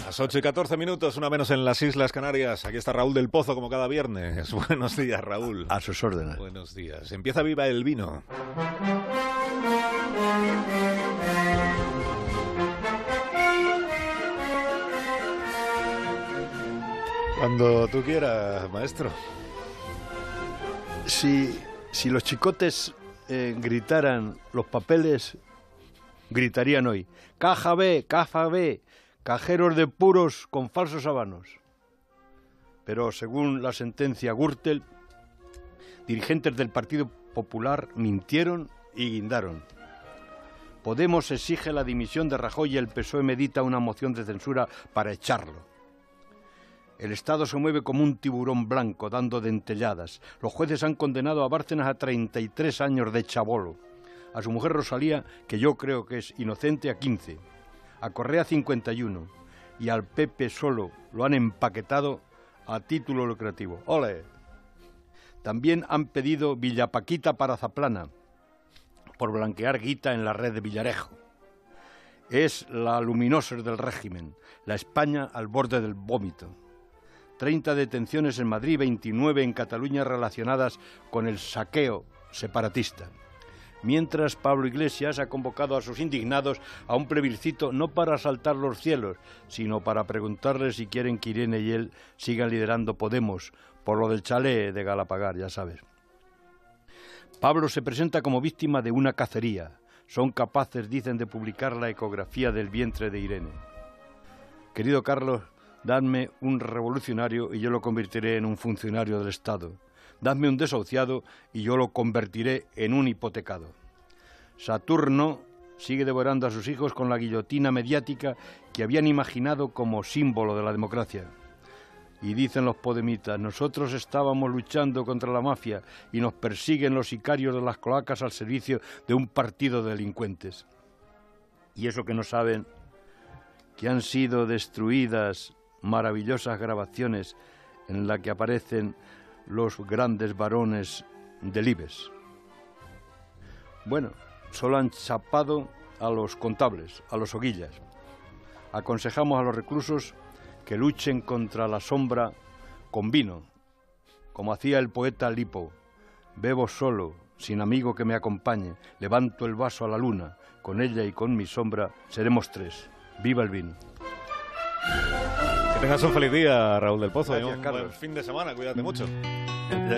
Las 8:14, una menos en las Islas Canarias. Aquí está Raúl del Pozo, como cada viernes. Buenos días, Raúl. A sus órdenes. Buenos días. Empieza Viva el Vino. Cuando tú quieras, maestro. Si los chicotes gritaran los papeles, gritarían hoy: caja B, cajeros de puros con falsos habanos. Pero según la sentencia Gürtel, dirigentes del Partido Popular mintieron y guindaron. Podemos exige la dimisión de Rajoy y el PSOE medita una moción de censura para echarlo. El Estado se mueve como un tiburón blanco, dando dentelladas. Los jueces han condenado a Bárcenas a 33 años de chabolo. A su mujer Rosalía, que yo creo que es inocente, a 15. A Correa 51. Y al Pepe solo lo han empaquetado a título lucrativo. ¡Ole! También han pedido Villapaquita para Zaplana, por blanquear guita en la red de Villarejo. Es la Luminosos del régimen, la España al borde del vómito. 30 detenciones en Madrid, 29 en Cataluña relacionadas con el saqueo separatista. Mientras, Pablo Iglesias ha convocado a sus indignados a un plebiscito no para asaltar los cielos, sino para preguntarles si quieren que Irene y él sigan liderando Podemos, por lo del chalet de Galapagar, ya sabes. Pablo se presenta como víctima de una cacería. Son capaces, dicen, de publicar la ecografía del vientre de Irene. Querido Carlos, dadme un revolucionario y yo lo convertiré en un funcionario del Estado. Dadme un desahuciado y yo lo convertiré en un hipotecado. Saturno sigue devorando a sus hijos con la guillotina mediática que habían imaginado como símbolo de la democracia. Y dicen los podemitas: nosotros estábamos luchando contra la mafia y nos persiguen los sicarios de las cloacas al servicio de un partido de delincuentes. Y eso que no saben, que han sido destruidas maravillosas grabaciones en las que aparecen los grandes varones del IBEX. Bueno, solo han chapado a los contables, a los oguillas. Aconsejamos a los reclusos que luchen contra la sombra con vino, como hacía el poeta Lipo. Bebo solo, sin amigo que me acompañe, levanto el vaso a la luna, con ella y con mi sombra seremos tres. ¡Viva el vino! Que tengas un feliz día, Raúl del Pozo. Gracias, y un Carlos. buen fin de semana. Cuídate mucho.